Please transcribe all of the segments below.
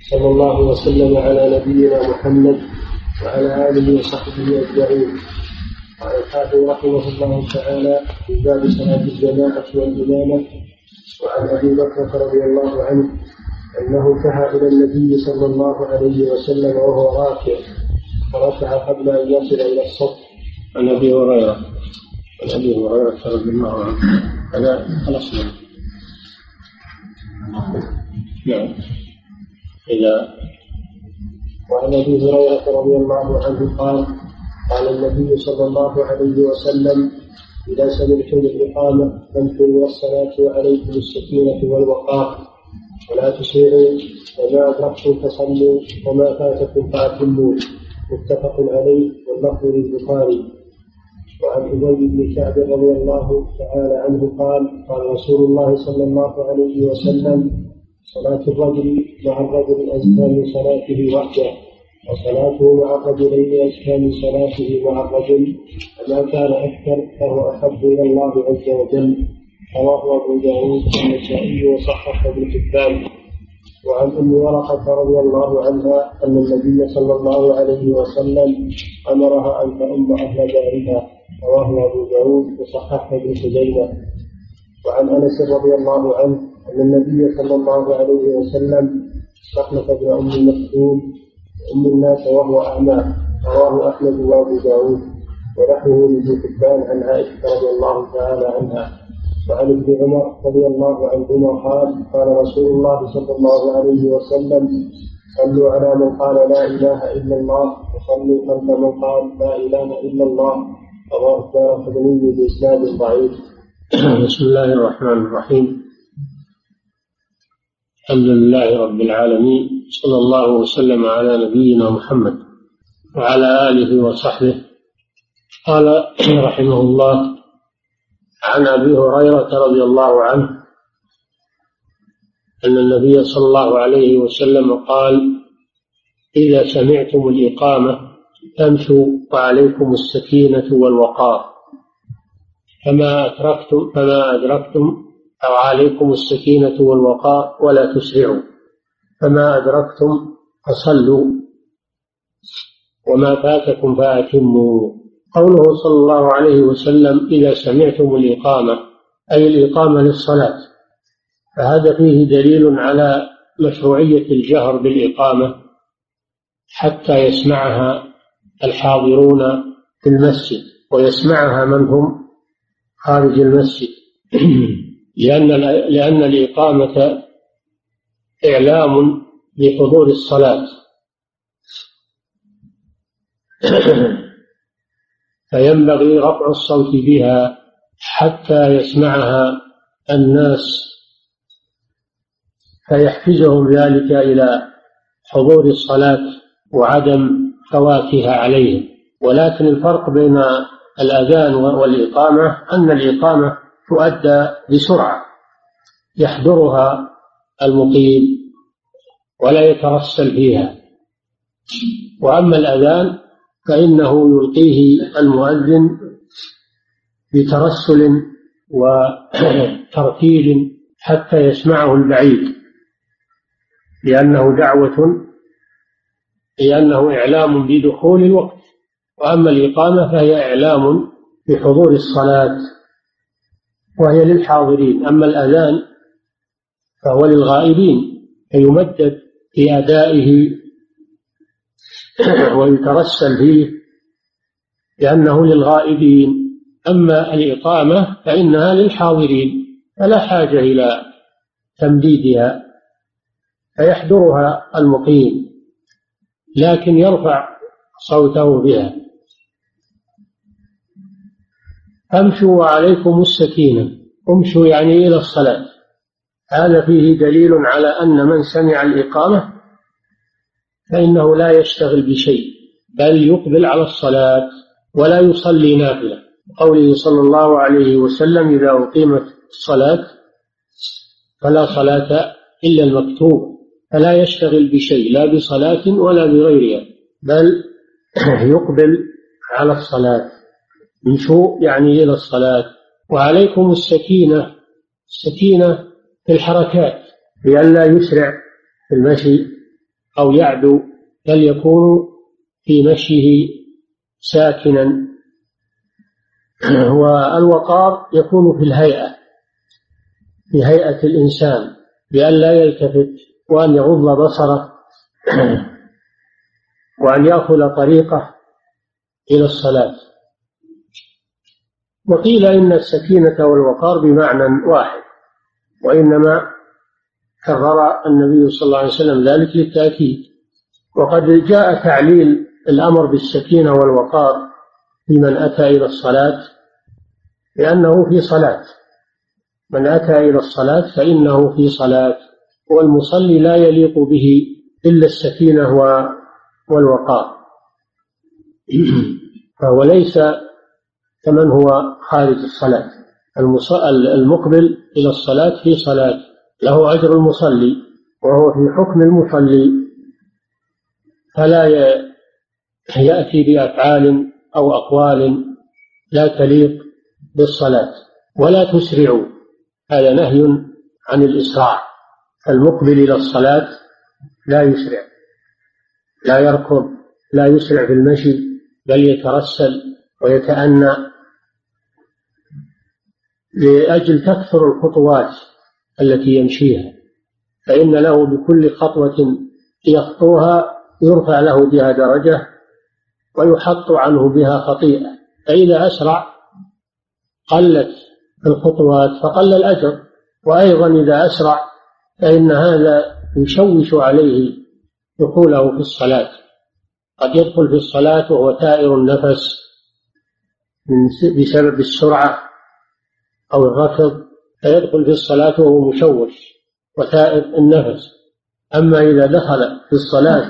صلى الله وسلم على نبينا محمد وعلى آله وصحبه أجمعين. قال الحافظ رحمه الله تعالى في باب صلاة الجماعة والإمامة. وعن أبي بكر رضي الله عنه أنه انتهى إلى النبي صلى الله عليه وسلم وهو راكع فركع قبل أن يصل إلى الصف. عن أبي هريرة رضي الله عنه هذا خلاص. نعم. وعن أبي هريرة رضي الله عنه قال النبي صلى الله عليه وسلم: إذا سمعتم الإقامة فامشوا إلى الصلاة وعليكم السكينة والوقار ولا تسرعوا، وما أدركتم فصلوا وما فاتكم فأتموا. متفق عليه واللفظ للبخاري. وعن أبي بن كعب رضي الله تعالى عنه قال رسول الله صلى الله عليه وسلم: صلاة الرجل مع الرجل أزكى من صلاته وحده، وصلاته مع الرجلين أزكى من صلاته مع الرجل، فما كان أكثر فهو أحب إلى الله عز وجل. رواه أبو داود والنسائي وصححه ابن حبان. وعن أم ورقة رضي الله عنها أن النبي صلى الله عليه وسلم أمرها أن تؤم أهل دارها. رواه أبو داود وصححه ابن خزيمة. وعن أنس رضي الله عنه أن النبي صلى الله عليه وسلم استخلف ابن أم مكتوم أم الناس وهو أعمى. رواه أحمد وأبو داود ونحوه لابن حبان عن عائشة رضي الله تعالى عنها. وعن ابن عمر رضي الله عنهما قال رسول الله صلى الله عليه وسلم: صلوا على من قال لا إله إلا الله وصلوا خلف من قال لا إله إلا الله. رواه الدارقطني بإسناد ضعيف. بسم الله الرحمن الرحيم. الحمد لله رب العالمين، صلى الله وسلم على نبينا محمد وعلى آله وصحبه. قال رحمه الله: عن أبي هريرة رضي الله عنه أن النبي صلى الله عليه وسلم قال: إذا سمعتم الإقامة فامشوا وعليكم السكينة والوقار، فما أدركتم أو عليكم السكينة والوقار ولا تسرعوا، فما أدركتم فصلوا وما فاتكم فأتموا. قوله صلى الله عليه وسلم: إذا سمعتم الإقامة، أي الإقامة للصلاة، فهذا فيه دليل على مشروعية الجهر بالإقامة حتى يسمعها الحاضرون في المسجد ويسمعها من هم خارج المسجد، لأن الإقامة إعلام بحضور الصلاة، فينبغي رفع الصوت بها حتى يسمعها الناس فيحفزهم ذلك إلى حضور الصلاة وعدم فواتها عليهم. ولكن الفرق بين الأذان والإقامة أن الإقامة تؤدى بسرعة يحضرها المقيم ولا يترسل فيها، وأما الأذان فإنه يلقيه المؤذن بترسل وترتيل حتى يسمعه البعيد، لأنه إعلام بدخول الوقت. وأما الإقامة فهي إعلام بحضور الصلاة وهي للحاضرين. أما الأذان فهو للغائبين فيمدد في أدائه ويترسل فيه لأنه للغائبين. أما الإقامة فإنها للحاضرين فلا حاجة إلى تمديدها، فيحضرها المقيم لكن يرفع صوته بها. امشوا وعليكم السكينة، امشوا يعني إلى الصلاة. هذا فيه دليل على أن من سمع الإقامة فإنه لا يشتغل بشيء بل يقبل على الصلاة ولا يصلي نافلة. قوله صلى الله عليه وسلم: إذا أقيمت الصلاة فلا صلاة إلا المكتوب، فلا يشتغل بشيء لا بصلاة ولا بغيرها بل يقبل على الصلاة. امشوا يعني إلى الصلاة. وعليكم السكينة، السكينة في الحركات لئلا يسرع في المشي أو يعدو، بل يكون في مشيه ساكنا. والوقار يكون في الهيئة، في هيئة الإنسان، بأن لا يلتفت، وأن يغض بصره، وأن يأخذ طريقه إلى الصلاة. وقيل إن السكينة والوقار بمعنى واحد، وإنما كرر النبي صلى الله عليه وسلم ذلك للتأكيد. وقد جاء تعليل الأمر بالسكينة والوقار في من أتى إلى الصلاة، لأنه في صلاة. من أتى إلى الصلاة فإنه في صلاة، والمصلي لا يليق به إلا السكينة والوقار، فهو ليس كمن هو خارج الصلاة. المقبل إلى الصلاة في صلاة له أجر المصلي، وهو في حكم المصلي، فلا يأتي بأفعال أو أقوال لا تليق بالصلاة. ولا تسرعوا، هذا نهي عن الإسراع. المقبل إلى الصلاة لا يسرع، لا يركض، لا يسرع في المشي، بل يترسل ويتأنى لأجل تكثر الخطوات التي يمشيها، فإن له بكل خطوة يخطوها يرفع له بها درجة ويحط عنه بها خطيئة. فإذا أسرع قلت الخطوات فقل الأجر. وأيضا إذا أسرع فإن هذا يشوش عليه دخوله في الصلاة. قد يدخل في الصلاة وهو تائر النفس بسبب السرعة أو الركض، فيدخل في الصلاة وهو مشوش وتائر النفس. أما إذا دخل في الصلاة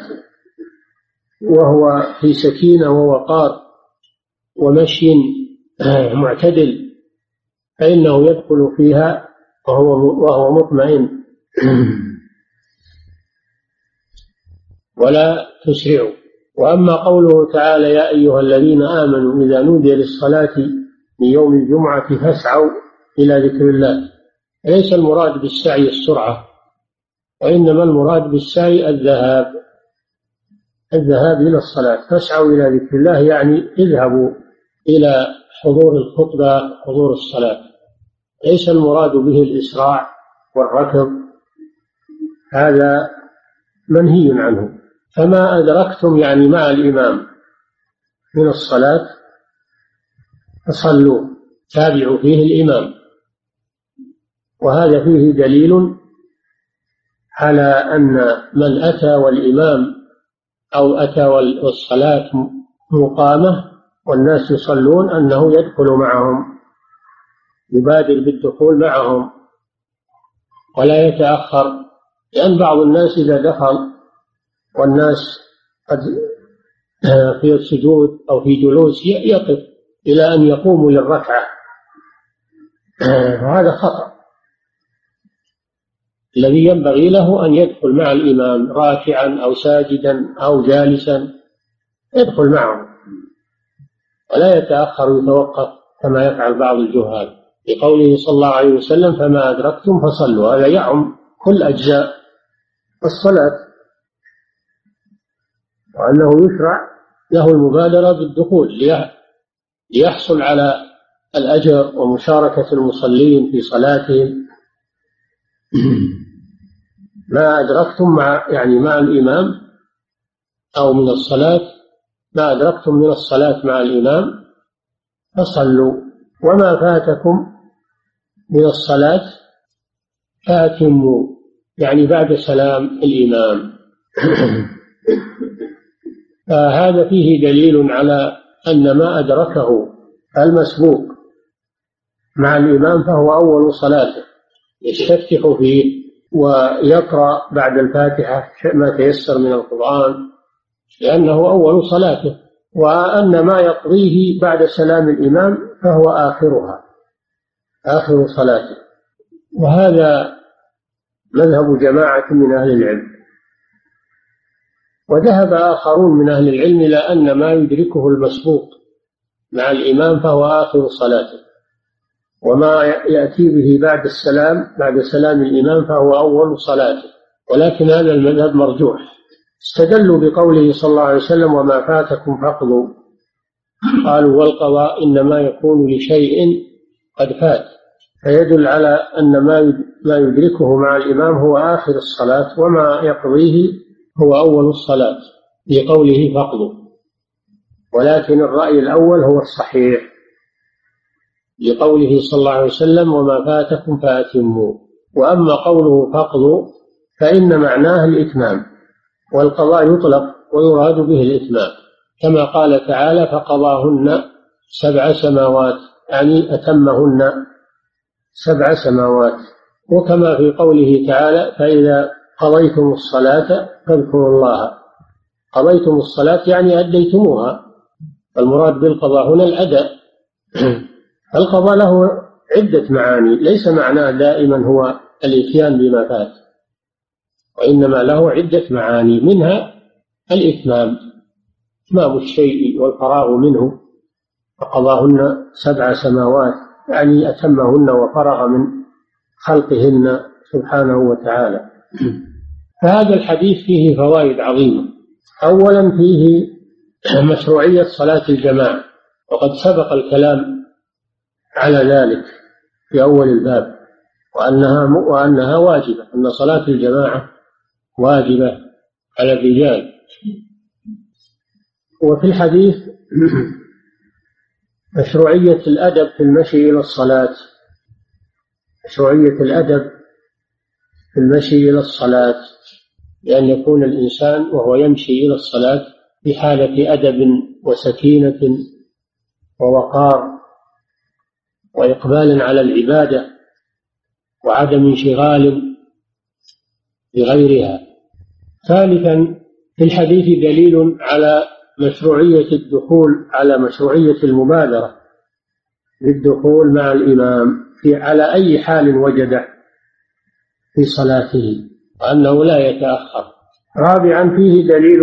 وهو في سكينة ووقار ومشي معتدل فإنه يدخل فيها وهو مطمئن. ولا تسرعوا. وأما قوله تعالى: يا أيها الذين آمنوا إذا نودي للصلاة من يوم الجمعة فاسعوا إلى ذكر الله، ليس المراد بالسعي السرعة، وإنما المراد بالسعي الذهاب إلى الصلاة. فاسعوا إلى ذكر الله يعني اذهبوا إلى حضور الخطبة، حضور الصلاة. ليس المراد به الإسراع والركض، هذا منهي عنه. فما أدركتم يعني مع الإمام من الصلاة فصلوا، تابعوا فيه الإمام. وهذا فيه دليل على أن من أتى والإمام أو أتى والصلاة مقامة والناس يصلون أنه يدخل معهم، يبادر بالدخول معهم ولا يتأخر. لأن بعض الناس إذا دخل والناس قد في السجود أو في جلوس يقف إلى أن يقوموا للركعة، وهذا خطأ. الذي ينبغي له أن يدخل مع الإمام راكعا أو ساجدا أو جالسا، يدخل معه ولا يتأخر ويتوقف كما يفعل بعض الجهال، لقوله صلى الله عليه وسلم: فما أدركتم فصلوا. هذا يعم كل أجزاء الصلاة، وأنه يشرع له المبادرة بالدخول ليحصل على الأجر ومشاركة المصلين في صلاتهم. ما أدركتم مع الإمام أو من الصلاة، ما أدركتم من الصلاة مع الإمام فصلوا، وما فاتكم من الصلاة فأتموا، يعني بعد سلام الإمام. فهذا فيه دليل على أن ما أدركه المسبوق مع الإمام فهو أول صلاته، يستفتح فيه ويقرأ بعد الفاتحة ما تيسر من القرآن لأنه أول صلاته، وأن ما يقضيه بعد سلام الإمام فهو آخرها، آخر صلاته. وهذا مذهب جماعة من أهل العلم. وذهب آخرون من أهل العلم إلى أن ما يدركه المسبوق مع الإمام فهو آخر صلاته، وما يأتي به بعد سلام الإمام فهو أول صلاته. ولكن هذا المذهب مرجوح، استدلوا بقوله صلى الله عليه وسلم وما فاتكم فاقضوا، قالوا والقضاء إنما يكون لشيء قد فات، فيدل على أن ما يدركه مع الإمام هو آخر الصلاة، وما يقضيه هو أول الصلاة لقوله فاقضوا. ولكن الرأي الأول هو الصحيح لقوله صلى الله عليه وسلم وما فاتكم فأتموا. وأما قوله فاقضوا فإن معناه الإتمام، والقضاء يطلق ويراد به الإتمام، كما قال تعالى فقضاهن 7 سماوات، يعني أتمهن 7 سماوات. وكما في قوله تعالى فإذا قضيتم الصلاة فاذكروا الله. قضيتم الصلاة يعني أديتموها، المراد بالقضاء هنا الأداء. القضاء له عدة معاني، ليس معناه دائما هو الإتيان بما فات، وإنما له عدة معاني، منها الإتمام، إتمام الشيء والفراغ منه. فقضاهن 7 سماوات يعني أتمهن وفرغ من خلقهن سبحانه وتعالى. فهذا الحديث فيه فوائد عظيمة. أولا فيه مشروعية صلاة الجماعة، وقد سبق الكلام على ذلك في أول الباب، وأنها واجبة، أن صلاة الجماعة واجبة على الرجال. وفي الحديث مشروعية الأدب في المشي إلى الصلاة، مشروعية الأدب في المشي إلى الصلاة، لأن يكون الإنسان وهو يمشي إلى الصلاة في حالة أدب وسكينة ووقار وإقبال على العبادة وعدم انشغال بغيرها. ثالثا في الحديث دليل على مشروعية الدخول، على مشروعية المبادرة للدخول مع الإمام على أي حال وجده في صلاته، وأنه لا يتأخر. رابعا فيه دليل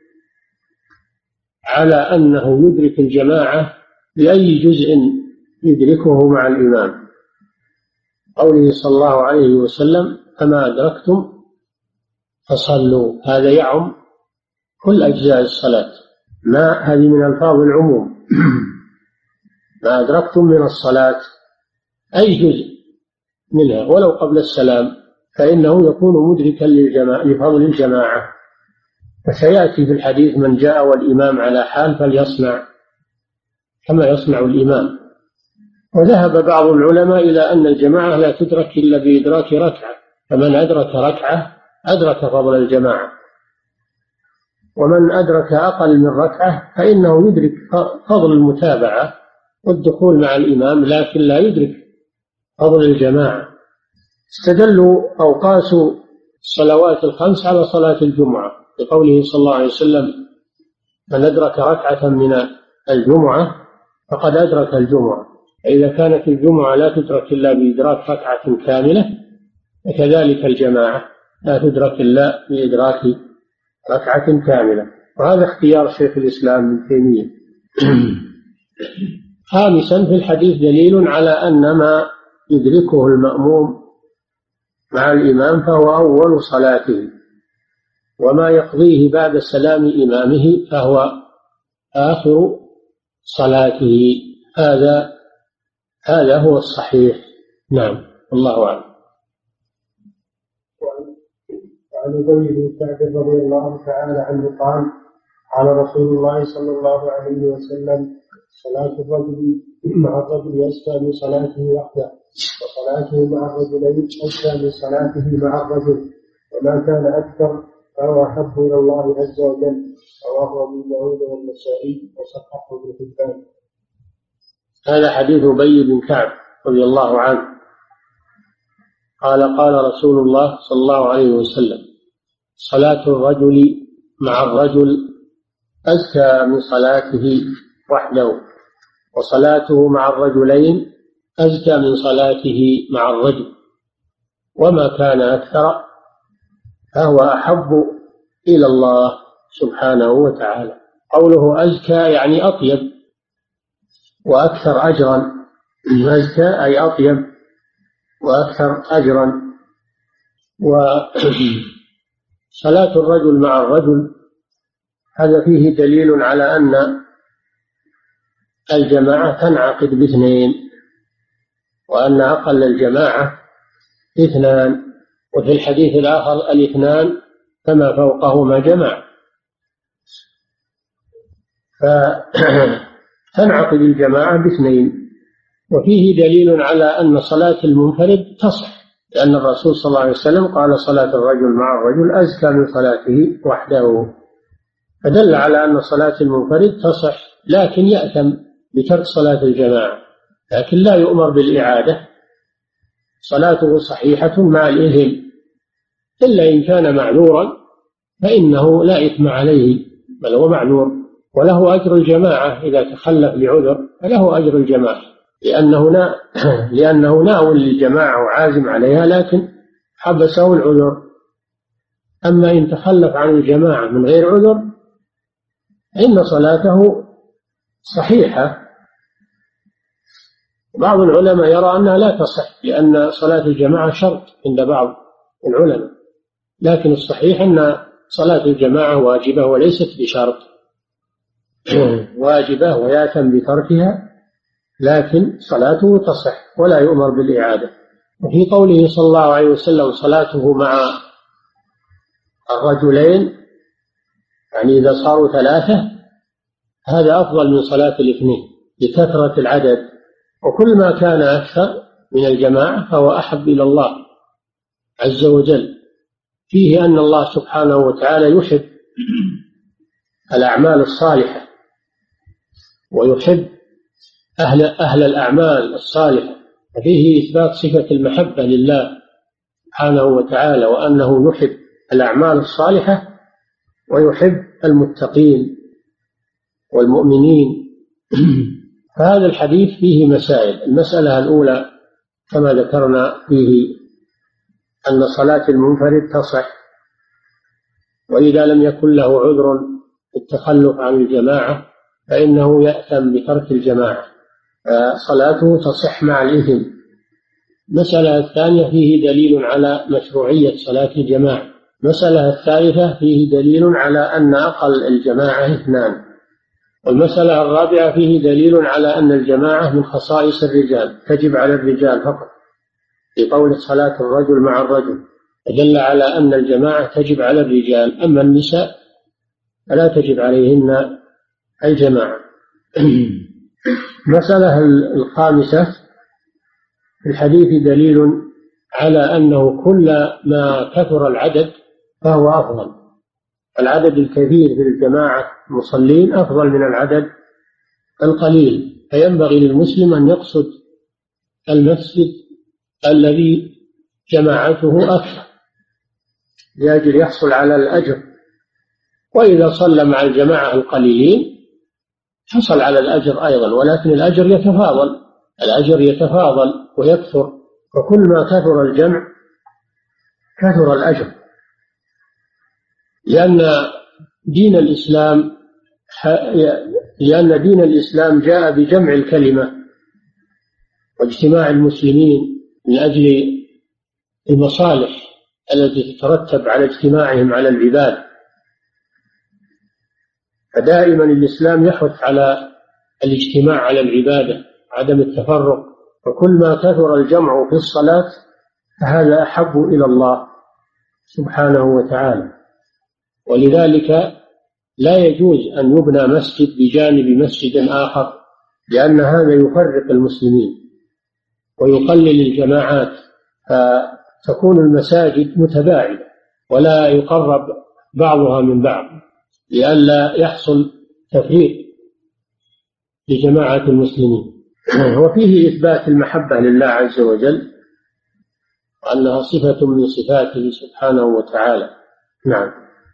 على أنه يدرك الجماعة بأي جزء يدركه مع الإمام، قوله صلى الله عليه وسلم فما أدركتم فصلوا، هذا يعم كل أجزاء الصلاة، ما هذه من ألفاظ العموم. ما أدركتم من الصلاة أي جزء منها ولو قبل السلام فإنه يكون مدركا لفضل الجماعة. فسيأتي في الحديث من جاء والإمام على حال فليصنع كما يصنع الإمام. وذهب بعض العلماء إلى أن الجماعة لا تدرك إلا بإدراك ركعة، فمن أدرك ركعة أدرك فضل الجماعة، ومن أدرك أقل من ركعة فإنه يدرك فضل المتابعة والدخول مع الإمام، لكن لا يدرك فضل الجماعة. استدلوا أو قاسوا الصلوات الخمس على صلاة الجمعة بقوله صلى الله عليه وسلم من أدرك ركعة من الجمعة فقد أدرك الجمعة. إذا كانت الجمعة لا تدرك إلا بإدراك ركعة كاملة، وكذلك الجماعة لا تدرك إلا بإدراك ركعة كاملة. وهذا اختيار شيخ الإسلام ابن تيمية. خامسا في الحديث دليل على أن ما يدركه المأموم مع الإمام فهو أول صلاته، وما يقضيه بعد سلام إمامه فهو آخر صلاته. هذا هو الصحيح. نعم، الله أعلم. وعن أبي بن كعب رضي الله تعالى عنه قال قال رسول الله صلى الله عليه وسلم صلاة الرجل مع الرجل أزكى من صلاته وحده، وصلاته مع الرجلين أزكى من صلاته مع الرجل، وما كان أكثر فهو أحب إلى الله عز وجل. رواه أبو داود والنسائي وصححه ابن حبان. هذا حديث أبي بن كعب رضي الله عنه قال قال رسول الله صلى الله عليه وسلم صلاة الرجل مع الرجل أزكى من صلاته وحده، وصلاته مع الرجلين أزكى من صلاته مع الرجل، وما كان أكثر فهو أحب إلى الله سبحانه وتعالى. قوله أزكى يعني أطيب وأكثر أجرا، أزكى أي أطيب وأكثر أجرا. صلاة الرجل مع الرجل هذا فيه دليل على أن الجماعة تنعقد باثنين، وأن أقل الجماعة اثنان، وفي الحديث الآخر الاثنان فما فوقهما جماعة. فتنعقد الجماعة باثنين. وفيه دليل على أن صلاة المنفرد تصح، لأن الرسول صلى الله عليه وسلم قال صلاة الرجل مع الرجل أزكى من صلاته وحده، فدل على أن صلاة المنفرد تصح، لكن يأثم بترك صلاة الجماعة، لكن لا يؤمر بالإعادة، صلاته صحيحة مع الإثم، إلا إن كان معذورا فإنه لا إثم عليه، بل هو معذور وله أجر الجماعة. إذا تخلف لعذر فله أجر الجماعة، لأنه ناوي للجماعة وعازم عليها، لكن حبسه العذر. أما إن تخلف عن الجماعة من غير عذر إن صلاته صحيحة. بعض العلماء يرى أنها لا تصح، لأن صلاة الجماعة شرط عند بعض العلماء، لكن الصحيح أن صلاة الجماعة واجبة وليست بشرط، واجبة ويأثم بتركها، لكن صلاته تصح ولا يؤمر بالإعادة. وفي قوله صلى الله عليه وسلم صلاته مع الرجلين، يعني إذا صاروا ثلاثة، هذا أفضل من صلاة الاثنين لكثرة العدد، وكل ما كان أكثر من الجماعة فهو أحب إلى الله عز وجل. فيه أن الله سبحانه وتعالى يحب الأعمال الصالحة، ويحب أهل الأعمال الصالحة، ففيه إثبات صفة المحبة لله سبحانه وتعالى، وأنه يحب الأعمال الصالحة ويحب المتقين والمؤمنين. فهذا الحديث فيه مسائل. المسألة الأولى كما ذكرنا فيه أن صلاة المنفرد تصح، وإذا لم يكن له عذر في التخلف عن الجماعة فإنه يأثم بترك الجماعة، فصلاته تصح مع الإثم. المسألة الثانية فيه دليل على مشروعية صلاة الجماعة. المسألة الثالثة فيه دليل على أن أقل الجماعة اثنان. والمسألة الرابعة فيه دليل على أن الجماعة من خصائص الرجال، تجب على الرجال فقط، في قول صلاة الرجل مع الرجل دل على أن الجماعة تجب على الرجال، أما النساء فلا تجب عليهن الجماعة. المسألة الخامسة في الحديث دليل على أنه كل ما كثر العدد فهو أفضل. العدد الكثير في الجماعة المصلين أفضل من العدد القليل، فينبغي للمسلم أن يقصد المسجد الذي جماعته أكثر لأجل يحصل على الأجر، وإذا صلى مع الجماعة القليلين حصل على الأجر أيضا، ولكن الأجر يتفاضل ويكثر، وكل ما كثر الجمع كثر الأجر، لأن دين الإسلام جاء بجمع الكلمة واجتماع المسلمين من أجل المصالح التي تترتب على اجتماعهم على العباد. فدائما الإسلام يحث على الاجتماع على العبادة، عدم التفرق، وكل ما كثر الجمع في الصلاة فهذا أحب إلى الله سبحانه وتعالى. ولذلك لا يجوز أن يبنى مسجد بجانب مسجد آخر، لأن هذا يفرق المسلمين ويقلل الجماعات، فتكون المساجد متباعدة ولا يقرب بعضها من بعض لئلا يحصل تفريق لجماعة المسلمين. وفيه إثبات المحبة لله عز وجل، وأنها صفة من صفاته سبحانه وتعالى. نعم.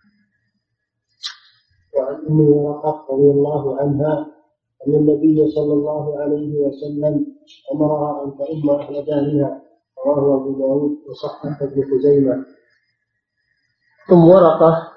وعن أم ورقة رضي الله عنها أن النبي صلى الله عليه وسلم أمرها أن تؤم أهل دارها، رواه أبو داود وصححه ابن خزيمة. أم ورقة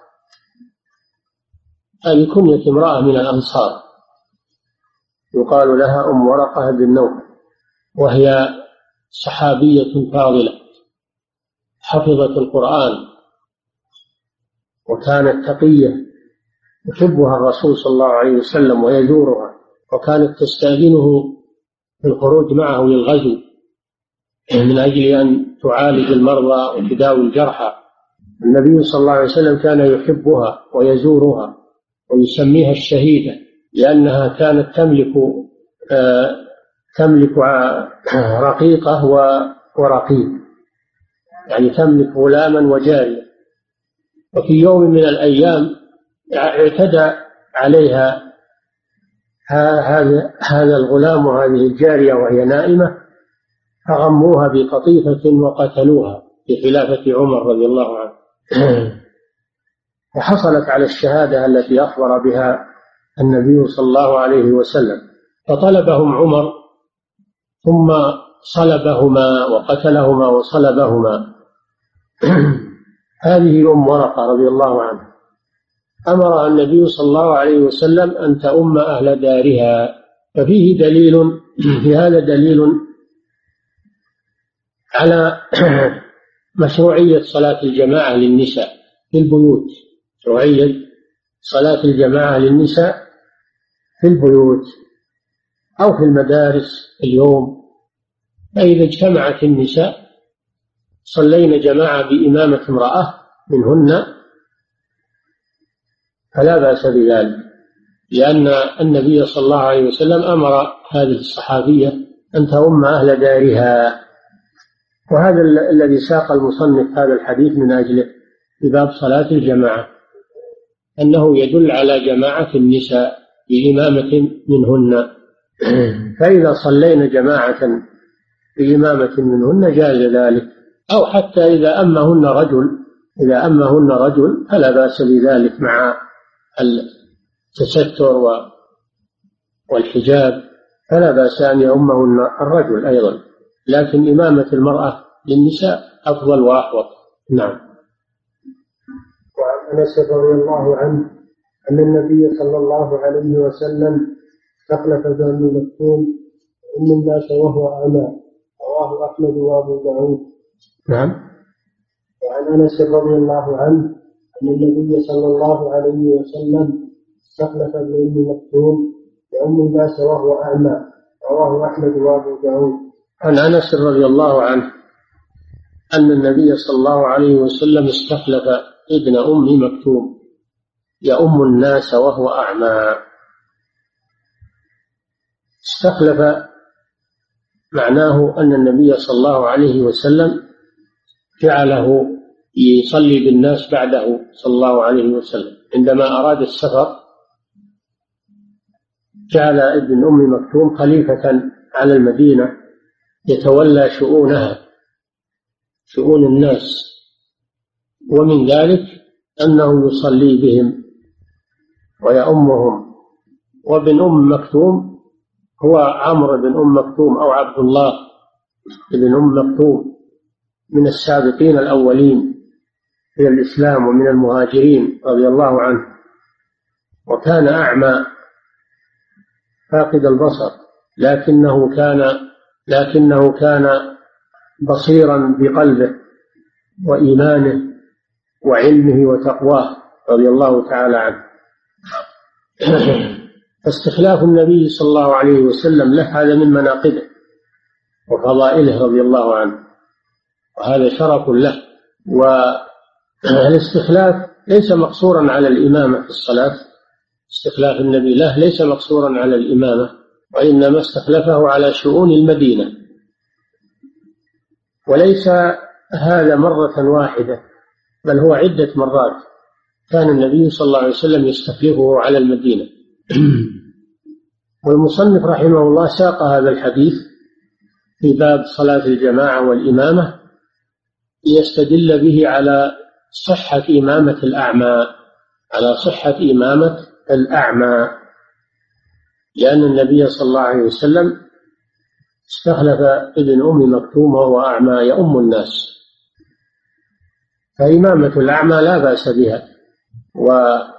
هذه كنية امرأة من الأنصار، يقال لها أم ورقة بن نوفل، وهي صحابية فاضلة حفظت القرآن وكانت تقية يحبها الرسول صلى الله عليه وسلم ويزورها، وكانت تستأذنه في الخروج معه للغزو من أجل أن تعالج المرضى وتداوي الجرحى. النبي صلى الله عليه وسلم كان يحبها ويزورها ويسميها الشهيدة، لأنها كانت تملك رقيقة ورقيق، يعني تملك غلاما وجارية. وفي يوم من الأيام اعتدى عليها هذا الغلام وهذه الجارية وهي نائمة، فغموها بقطيفة وقتلوها في خلافة عمر رضي الله عنه. وحصلت على الشهادة التي أخبر بها النبي صلى الله عليه وسلم، فطلبهم عمر ثم صلبهما وقتلهما وصلبهما. هذه أم ورقة رضي الله عنها أمرها النبي صلى الله عليه وسلم أن تؤم أهل دارها. ففيه دليل في هذا دليل على مشروعية صلاة الجماعة للنساء في البيوت، مشروعية صلاة الجماعة للنساء في البيوت أو في المدارس اليوم. فإذا اجتمعت النساء صلينا جماعة بإمامة امرأة منهن فلا بأس بذلك، لأن النبي صلى الله عليه وسلم أمر هذه الصحابية أن تؤم أهل دارها. وهذا الذي ساق المصنف هذا الحديث من أجله في باب صلاة الجماعة، أنه يدل على جماعة النساء بإمامة منهن. فإذا صلينا جماعة بإمامة منهن جاز ذلك، أو حتى إذا أمهن رجل فلا بأس بذلك مع التستر والحجاب، فلا بأس أن يؤمهن الرجل أيضا، لكن إمامة المرأة للنساء أفضل وأحوط. نعم. وعن أنس رضي الله عنه أن النبي صلى الله عليه وسلم استخلف بني مكتوم أم الناس وهو أعمى، رواه أحمد وأبو داود. نعم. وعن أنس رضي الله عنه أن النبي صلى الله عليه وسلم استخلف بني مكتوم أم الناس وهو أعمى، رواه أحمد وأبو داود. عن أنس رضي الله عنه أن النبي صلى الله عليه وسلم استخلف ابن أم مكتوم يؤم الناس وهو أعمى. استخلف معناه أن النبي صلى الله عليه وسلم جعله يصلي بالناس بعده صلى الله عليه وسلم. عندما أراد السفر جعل ابن أم مكتوم خليفة على المدينة يتولى شؤونها، شؤون الناس، ومن ذلك أنه يصلي بهم ويؤمهم. وابن أم مكتوم هو عمرو بن أم مكتوم أو عبد الله بن أم مكتوم، من السابقين الأولين في الإسلام ومن المهاجرين رضي الله عنه، وكان أعمى فاقد البصر، لكنه كان بصيرا بقلبه وإيمانه وعلمه وتقواه رضي الله تعالى عنه. فاستخلاف النبي صلى الله عليه وسلم له هذا من مناقبه وفضائله رضي الله عنه، وهذا شرف له. والاستخلاف ليس مقصورا على الإمامة في الصلاة، استخلاف النبي له ليس مقصورا على الإمامة، وإنما استخلفه على شؤون المدينة. وليس هذا مرة واحدة، بل هو عدة مرات كان النبي صلى الله عليه وسلم يستخلفه على المدينة. والمصنف رحمه الله ساق هذا الحديث في باب صلاة الجماعة والإمامة ليستدل به على صحة إمامة الأعمى، على صحة إمامة الأعمى، لأن النبي صلى الله عليه وسلم استخلف ابن أم مكتوم وهو أعمى يؤم الناس. فإمامة الأعمى لا بأس بها. وما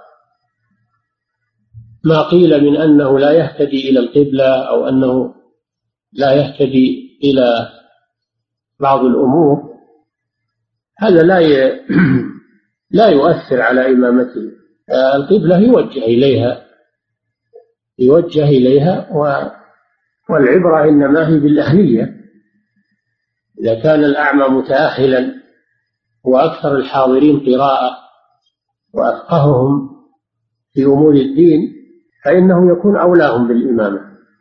قيل من أنه لا يهتدي إلى القبلة أو أنه لا يهتدي إلى بعض الأمور، هذا لا يؤثر على إمامته. القبلة يوجه إليها والعبرة إنما هي بالأهلية. إذا كان الأعمى متأهلا وأكثر الحاضرين قراءة وأفقههم في أمور الدين فإنه يكون أولاهم بالإمامة.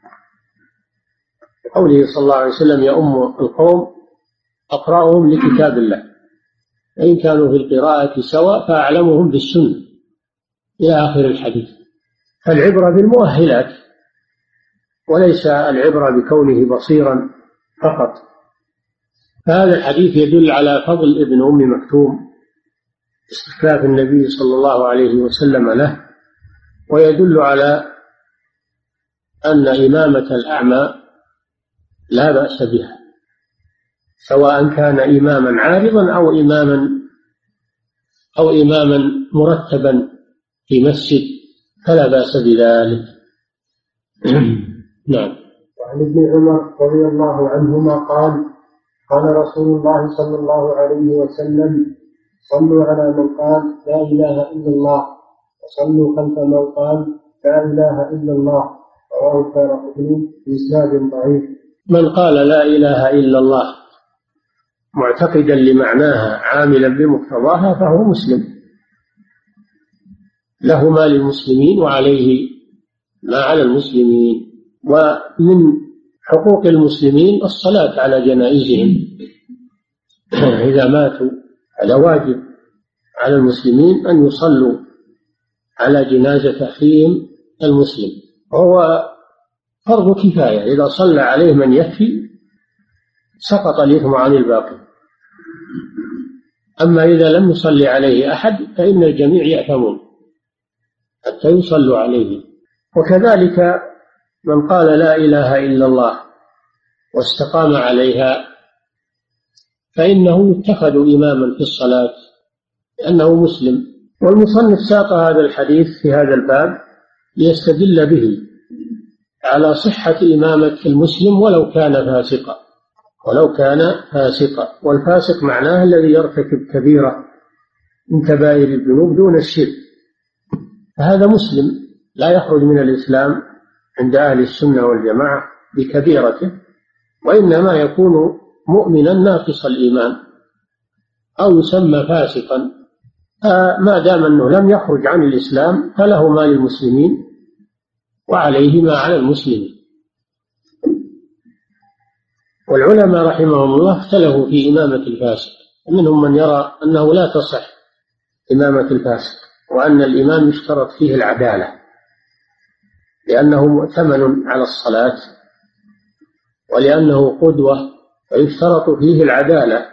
قوله صلى الله عليه وسلم: يؤم القوم أقرأهم لكتاب الله، فإن كانوا في القراءة سواء فأعلمهم بالسنة، إلى آخر الحديث. فالعبرة بالمؤهلات وليس العبرة بكونه بصيرا فقط. فهذا الحديث يدل على فضل ابن أم مكتوم، استخلاف النبي صلى الله عليه وسلم له، ويدل على أن إمامة الأعمى لا بأس بها، سواء كان إماما عارضا أو إماما مرتبا في مسجد فلا بأس بذلك. نعم. وعن ابن عمر رضي الله عنهما قال: قال رسول الله صلى الله عليه وسلم: صلوا على من قال لا إله إلا الله، وصلوا خلف من قال لا إله إلا الله. رواه الدارقطني بإسناد ضعيف. من قال لا إله إلا الله معتقدا لمعناها عاملا بمقتضاها فهو مسلم، له ما للمسلمين وعليه ما على المسلمين. ومن حقوق المسلمين الصلاة على جنائزهم إذا ماتوا، هذا واجب على المسلمين أن يصلوا على جنازة أخيهم المسلم، وهو فرض كفاية. إذا صلى عليه من يكفي سقط الإثم عن الباقي. أما إذا لم يصلي عليه أحد فإن الجميع يأثمون حتى يصلوا عليه. وكذلك من قال لا إله إلا الله واستقام عليها فإنه يتخذ إماما في الصلاة لأنه مسلم. والمصنف ساق هذا الحديث في هذا الباب ليستدل به على صحة إمامة المسلم ولو كان فاسقا. والفاسق معناه الذي يرتكب كبيرة من كبائر الذنوب دون الشرك، فهذا مسلم لا يخرج من الإسلام عند أهل السنة والجماعة بكبيرته، وإنما يكون مؤمنا ناقص الإيمان أو يسمى فاسقا. ما دام أنه لم يخرج عن الإسلام فله ما للمسلمين وعليه ما على المسلمين. والعلماء رحمهم الله اختلفوا في إمامة الفاسق، منهم من يرى أنه لا تصح إمامة الفاسق، وأن الإمام يشترط فيه العدالة لأنه مؤتمن على الصلاة ولأنه قدوة فيشترط فيه العدالة.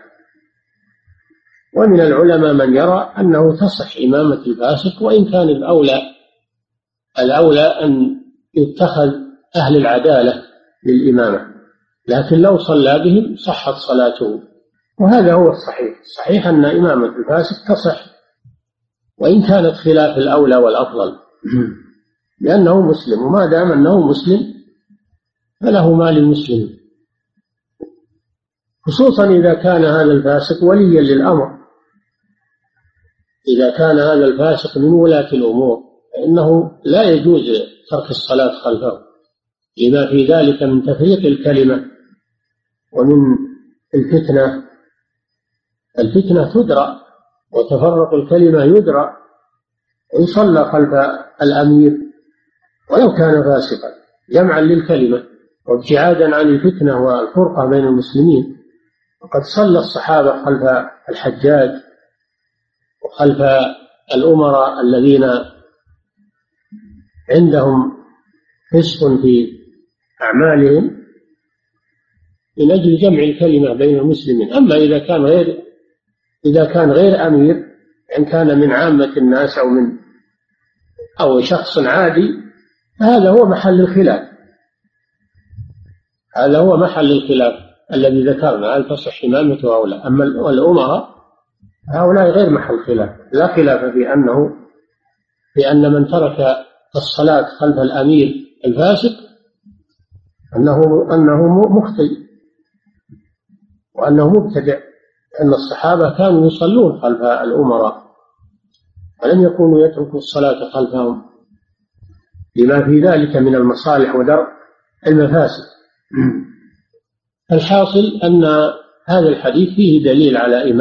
ومن العلماء من يرى أنه تصح إمامة الفاسق، وإن كان الأولى أن يتخذ أهل العدالة للإمامة، لكن لو صلى بهم صحت صلاته. وهذا هو الصحيح أن إمامة الفاسق تصح وإن كانت خلاف الأولى والأفضل، لأنه مسلم، وما دام أنه مسلم فله ما للمسلمين، خصوصا إذا كان هذا الفاسق وليا للأمر. إذا كان هذا الفاسق من ولاة الأمور فإنه لا يجوز ترك الصلاة خلفه، لما في ذلك من تفريق الكلمة ومن الفتنة تدرى، وتفرق الكلمة يدرى، ويصلى خلف الأمير ولو كان فاسقا جمعا للكلمة وابتعادا عن الفتنة والفرقة بين المسلمين. وقد صلى الصحابة خلف الحجاج وخلف الأمراء الذين عندهم فسق في أعمالهم من أجل جمع الكلمة بين المسلمين. أما إذا كان غير أمير، إن كان من عامة الناس أو شخص عادي، هذا هو محل الخلاف. الذي ذكرنا هل تصح إمامته أو لا. أما الأمراء هؤلاء غير محل خلاف، لا خلاف في أن من ترك الصلاة خلف الأمير الفاسق أنه مخطئ وأنه مبتدع، أن الصحابة كانوا يصلون خلف الأمراء ولم يكونوا يتركوا الصلاة خلفهم لما في ذلك من المصالح ودرء المفاسد. الحاصل أن هذا الحديث فيه دليل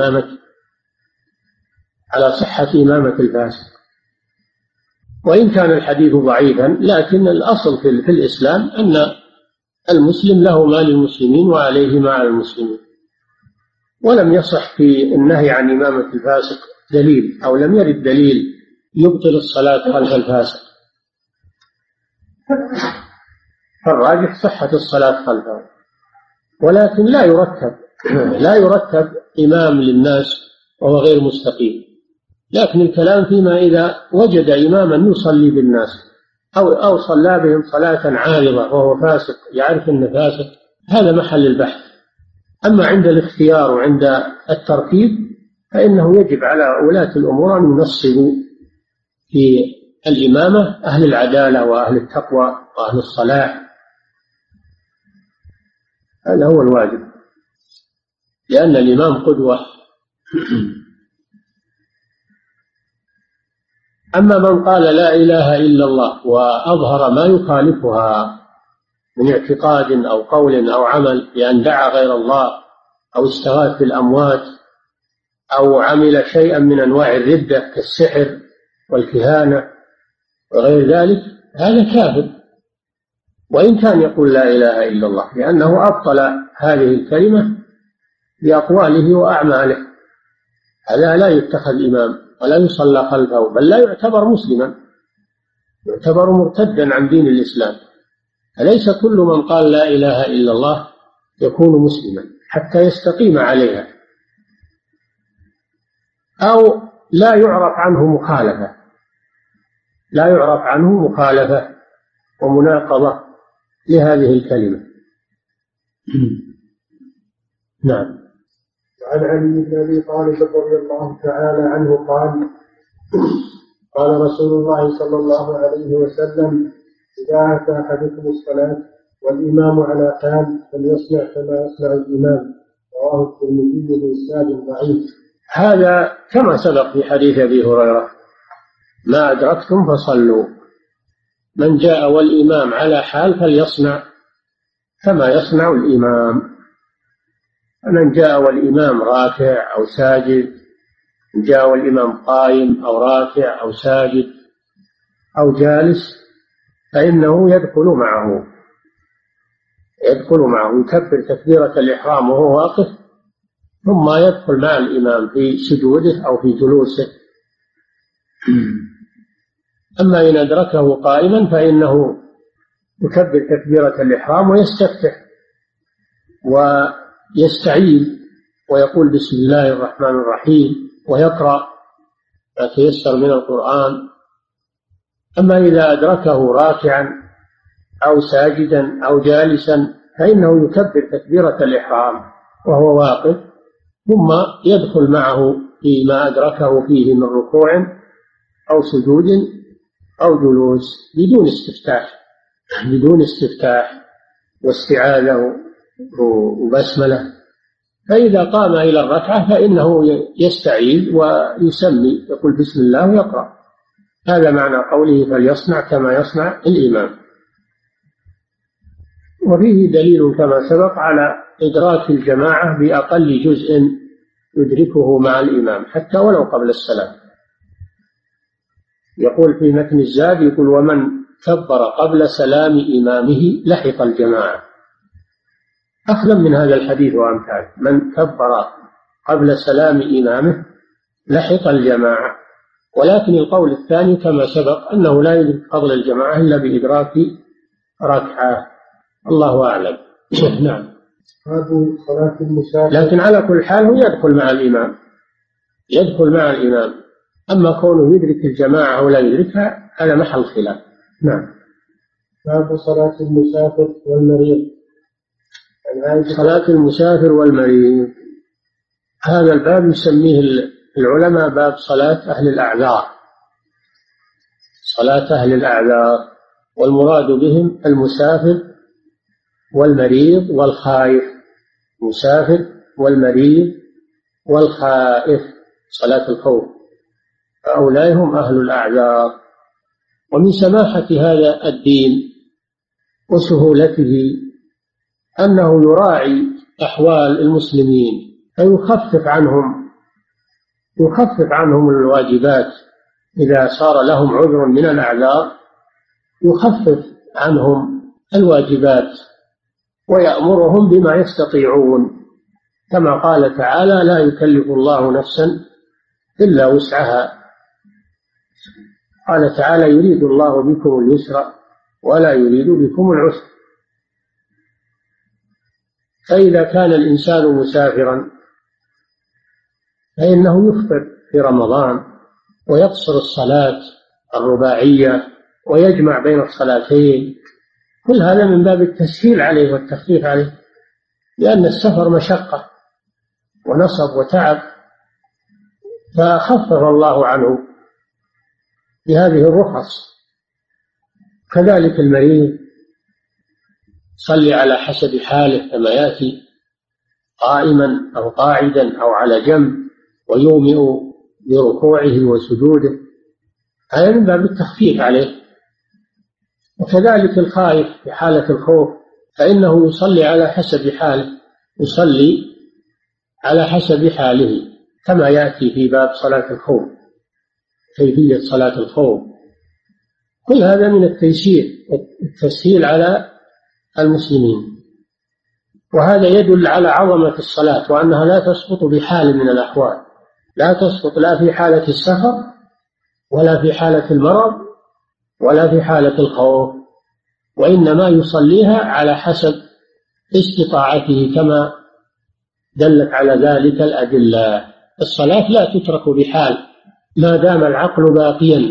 على صحة إمامة الفاسق، وإن كان الحديث ضعيفا لكن الأصل في الإسلام أن المسلم له ما للمسلمين وعليه ما على المسلمين، ولم يصح في النهي عن إمامة الفاسق دليل، أو لم يرد دليل يبطل الصلاة خلف الفاسق، فالراجح صحة الصلاة خلفه. ولكن لا يرتب إمام للناس وهو غير مستقيم، لكن الكلام فيما إذا وجد إماما يصلي بالناس أو صلى بهم صلاة عارضة وهو فاسق، يعرف أنه فاسق، هذا محل البحث. أما عند الاختيار وعند الترتيب فإنه يجب على ولاة الأمور أن ينصبوا في الإمامة أهل العدالة وأهل التقوى وأهل الصلاح، هذا هو الواجب، لأن الإمام قدوة. أما من قال لا إله إلا الله وأظهر ما يخالفها من اعتقاد أو قول أو عمل، بأن دعا غير الله أو استغاث بالأموات أو عمل شيئا من أنواع الردة كالسحر والكهانة وغير ذلك، هذا كافر وإن كان يقول لا إله إلا الله، لأنه أبطل هذه الكلمة بأقواله وأعماله. هذا لا يتخذ إمام ولا يصلى خلفه، بل لا يعتبر مسلما، يعتبر مرتدا عن دين الإسلام. أليس كل من قال لا إله إلا الله يكون مسلما حتى يستقيم عليها، أو لا يعرف عنه مخالفة ومناقضة لهذه الكلمة. نعم. وعن علي بن أبي طالب رضي الله تعالى عنه قال قال رسول الله صلى الله عليه وسلم: إذا أتى أحدكم الصلاة والإمام على حال فليصنع كما يصنع الإمام. رواه الترمذي بإسناد ضعيف. هذا كما سبق في حديث أبي هريرة: ما أدركتم فصلوا، من جاء والإمام على حال فليصنع كما يصنع الإمام. من جاء والإمام راكع أو ساجد، جاء والإمام قائم أو راكع أو ساجد أو جالس، فإنه يدخل معه، يكبر تكبيرة الإحرام وهو واقف، ثم يدخل مع الإمام في سجوده أو في جلوسه. أما إن أدركه قائما فإنه يكبر تكبيرة الإحرام ويستفتح ويستعيذ ويقول بسم الله الرحمن الرحيم ويقرأ ما تيسر من القرآن. أما إذا أدركه راكعا أو ساجدا أو جالسا فإنه يكبر تكبيرة الإحرام وهو واقف، ثم يدخل معه فيما أدركه فيه من ركوع أو سجود أو جلوس بدون استفتاح واستعاذة وبسملة. فإذا قام إلى الركعة فإنه يستعيذ ويسمي، يقول بسم الله ويقرأ. هذا معنى قوله فليصنع كما يصنع الإمام. وفيه دليل كما سبق على إدراك الجماعة بأقل جزء يدركه مع الإمام حتى ولو قبل السلام. يقول في متن الزاد، يقول: ومن كبر قبل سلام إمامه لحق الجماعة. أخذا من هذا الحديث وأمثاله، من كبر قبل سلام إمامه لحق الجماعة. ولكن القول الثاني كما سبق أنه لا يدرك فضل الجماعة إلا بإدراك ركعة. الله أعلم. نعم. لكن على كل حال هو يدخل مع الإمام، أما كونه يدرك الجماعة ولا يدركها هذا محل خلاف. نعم. باب صلاة المسافر والمريض. صلاة المسافر والمريض، هذا الباب يسميه العلماء باب صلاة أهل الأعذار. صلاة أهل الأعذار، والمراد بهم المسافر والمريض والخائف. مسافر والمريض والخائف، صلاة الخوف. فأولئك هم أهل الأعذار. ومن سماحة هذا الدين وسهولته أنه يراعي أحوال المسلمين فيخفف عنهم الواجبات. إذا صار لهم عذر من الأعذار يخفف عنهم الواجبات ويأمرهم بما يستطيعون، كما قال تعالى: لا يكلف الله نفسا إلا وسعها. قال تعالى: يريد الله بكم اليسر ولا يريد بكم العسر. فإذا كان الإنسان مسافرا فإنه يفطر في رمضان ويقصر الصلاة الرباعية ويجمع بين الصلاتين، كل هذا من باب التسهيل عليه والتخفيف عليه، لأن السفر مشقة ونصب وتعب، فخفف الله عنه بهذه الرخص. كذلك المريض صلي على حسب حاله كما يأتي، قائما أو قاعدا أو على جنب، ويومئ بركوعه وسجوده، هذا من باب التخفيف عليه. وكذلك الخائف في حالة الخوف فإنه يصلي على حسب حاله كما يأتي في باب صلاة الخوف، كيفية صلاة الخوف. كل هذا من التسهيل على المسلمين، وهذا يدل على عظمة الصلاة وأنها لا تسقط بحال من الأحوال، لا تسقط لا في حالة السفر ولا في حالة المرض ولا في حالة الخوف، وإنما يصليها على حسب استطاعته كما دلت على ذلك الأدلة. الصلاة لا تترك بحال ما دام العقل باقيا.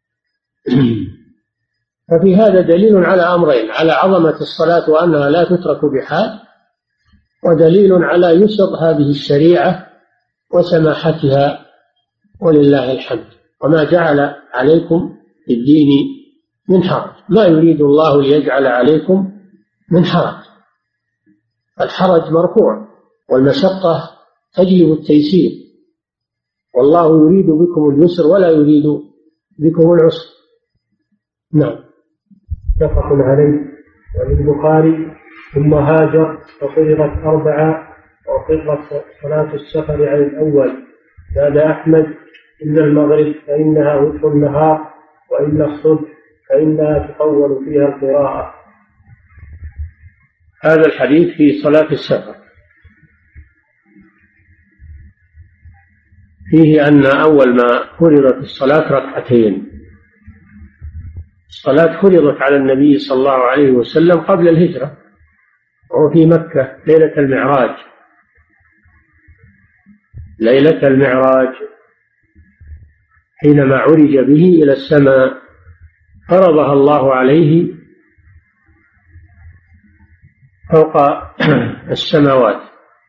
ففي هذا دليل على أمرين: على عظمة الصلاة وأنها لا تترك بحال، ودليل على يسر هذه الشريعة وسماحتها، ولله الحمد. وما جعل عليكم في الدين من حرج، ما يريد الله ليجعل عليكم من حرج. الحرج مرفوع والمشقة تجلب التيسير، والله يريد بكم اليسر ولا يريد بكم العسر. نعم. متفق عليه. وللبخاري: ثم هاجر ففرضت 4 وفرضت صلاة السفر على الأول. زاد أحمد: إلا المغرب فإنها وتر النهار، وإلا الصبح فإنها تطول فيها القراءة. هذا الحديث في صلاة السفر فيه أن أول ما فرضت الصلاة ركعتين. الصلاة فرضت على النبي صلى الله عليه وسلم قبل الهجرة، وهو في مكة ليلة المعراج حينما عرج به إلى السماء، فرضها الله عليه فوق السماوات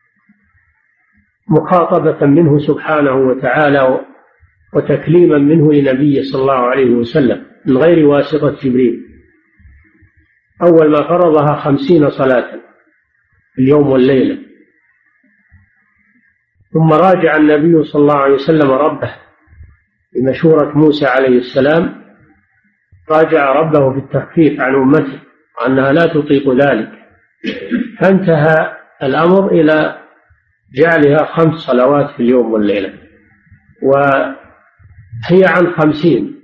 مخاطبة منه سبحانه وتعالى وتكليما منه لنبيه صلى الله عليه وسلم من غير واسطة جبريل. أول ما فرضها 50 صلاة في اليوم والليلة، ثم راجع النبي صلى الله عليه وسلم ربه بمشورة موسى عليه السلام، راجع ربه في التخفيف عن أمته وأنها لا تطيق ذلك، فانتهى الأمر إلى جعلها 5 صلوات في اليوم والليلة، وهي عن 50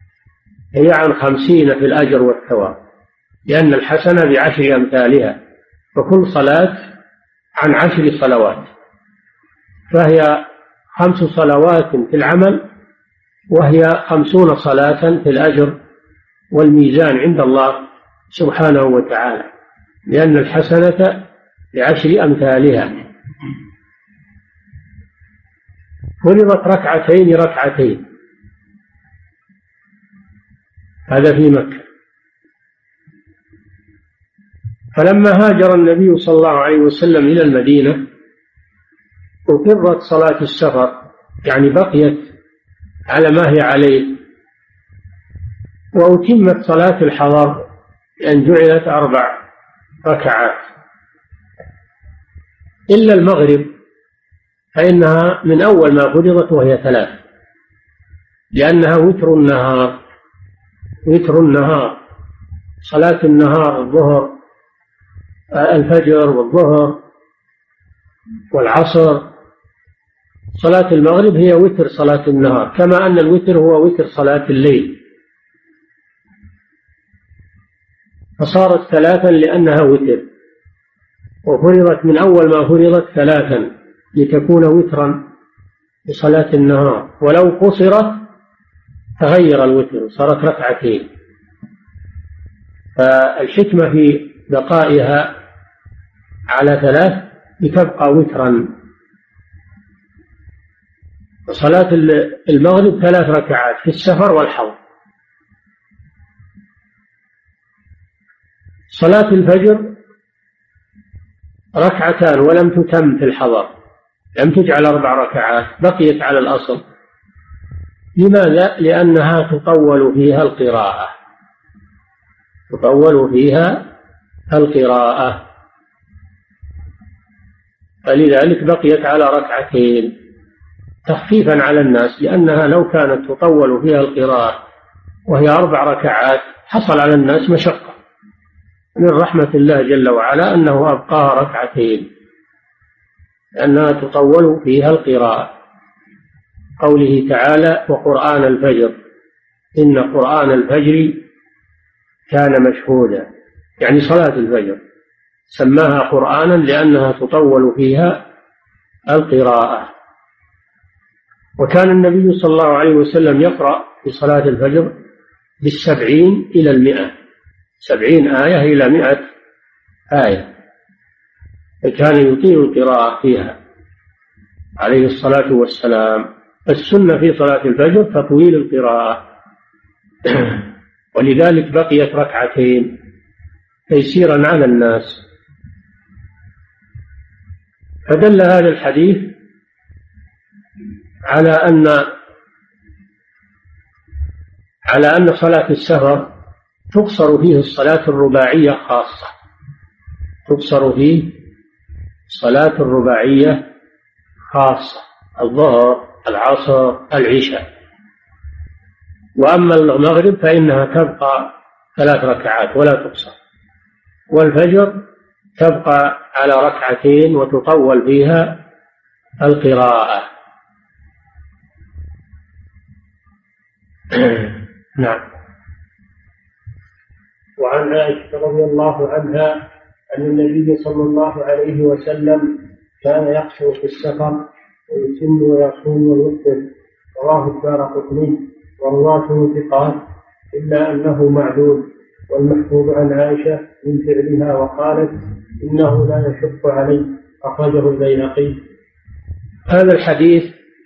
في الأجر والثواب، لأن الحسنة ب10 أمثالها، فكل صلاة عن 10 صلوات، فهي 5 صلوات في العمل، وهي 50 صلاة في الأجر والميزان عند الله سبحانه وتعالى، لأن الحسنة ب10 أمثالها. فرضت ركعتين، هذا في مكة. فلما هاجر النبي صلى الله عليه وسلم إلى المدينة أقرت صلاة السفر، يعني بقيت على ما هي عليه، وأتمت صلاة الحضر لأن جعلت 4 ركعات، إلا المغرب فإنها من أول ما فرضت وهي 3، لأنها وتر النهار، وتر النهار، صلاة النهار، الظهر، الفجر والظهر والعصر. صلاة المغرب هي وتر صلاة النهار، كما أن الوتر هو وتر صلاة الليل، فصارت ثلاثا لأنها وتر، وفرضت من أول ما فرضت ثلاثا لتكون وترا لصلاة النهار، ولو قصرت تغير الوتر صارت ركعتين. فالحكمة في بقائها على ثلاث لتبقى وترا. صلاة المغرب 3 ركعات في السفر والحضر. صلاة الفجر 2 ركعات ولم تتم في الحضر، لم تجعل 4 ركعات، بقيت على الأصل. لماذا؟ لأنها تطول فيها القراءة، تطول فيها القراءة، فلذلك بقيت على 2 ركعات تخفيفا على الناس، لأنها لو كانت تطول فيها القراءة وهي 4 ركعات حصل على الناس مشقة. من رحمة الله جل وعلا أنه أبقاها 2 ركعات لأنها تطول فيها القراءة. قوله تعالى: وقرآن الفجر إن قرآن الفجر كان مشهودا، يعني صلاة الفجر سماها قرآنا لأنها تطول فيها القراءة. وكان النبي صلى الله عليه وسلم يقرأ في صلاة الفجر 70 إلى 100، 70 آية إلى 100 آية، فكان يطيل القراءة فيها عليه الصلاة والسلام. السنة في صلاة الفجر تطويل القراءة، ولذلك بقيت 2 ركعات تيسيرا على الناس. فدل هذا الحديث على أن صلاة السفر تقصر فيه الصلاة الرباعية خاصة، تقصر فيه الصلاة الرباعية خاصة، الظهر، العصر، العشاء. وأما المغرب فإنها تبقى 3 ركعات ولا تقصر، والفجر تبقى على 2 ركعات وتطول فيها القراءة. نعم. وعن عائشة رضي الله عنها أن النبي صلى الله عليه وسلم كان يقصر في السفر ويتم ويصوم ويفطر. رواه الدارقطني ورواته ثقات إلا أنه معدود. والمحفوظ عن عائشة من فعلها وقالت: إنه لا يشق علي. أخرجه البيهقي. هذا الحديث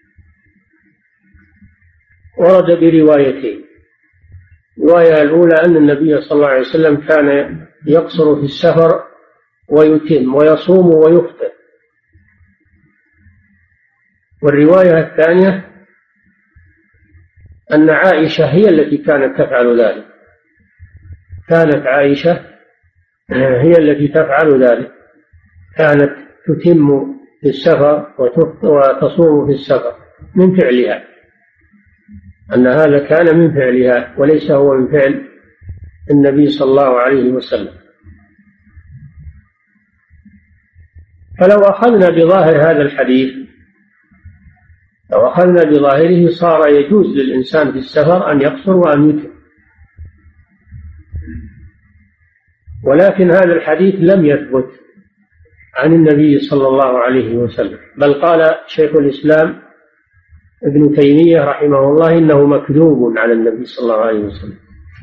ورد بروايتين. الرواية الأولى أن النبي صلى الله عليه وسلم كان يقصر في السفر ويتم ويصوم ويفطر. والرواية الثانية أن عائشة هي التي كانت تفعل ذلك، كانت عائشة هي التي تفعل ذلك، كانت تتم في السفر وتصوم في السفر من فعلها، أن هذا كان من فعلها وليس هو من فعل النبي صلى الله عليه وسلم. فلو أخذنا بظاهر هذا الحديث، لو أخذنا بظاهره صار يجوز للإنسان في السفر أن يقصر وأن يتم، ولكن هذا الحديث لم يثبت عن النبي صلى الله عليه وسلم، بل قال شيخ الإسلام ابن تيمية رحمه الله إنه مكذوب على النبي صلى الله عليه وسلم،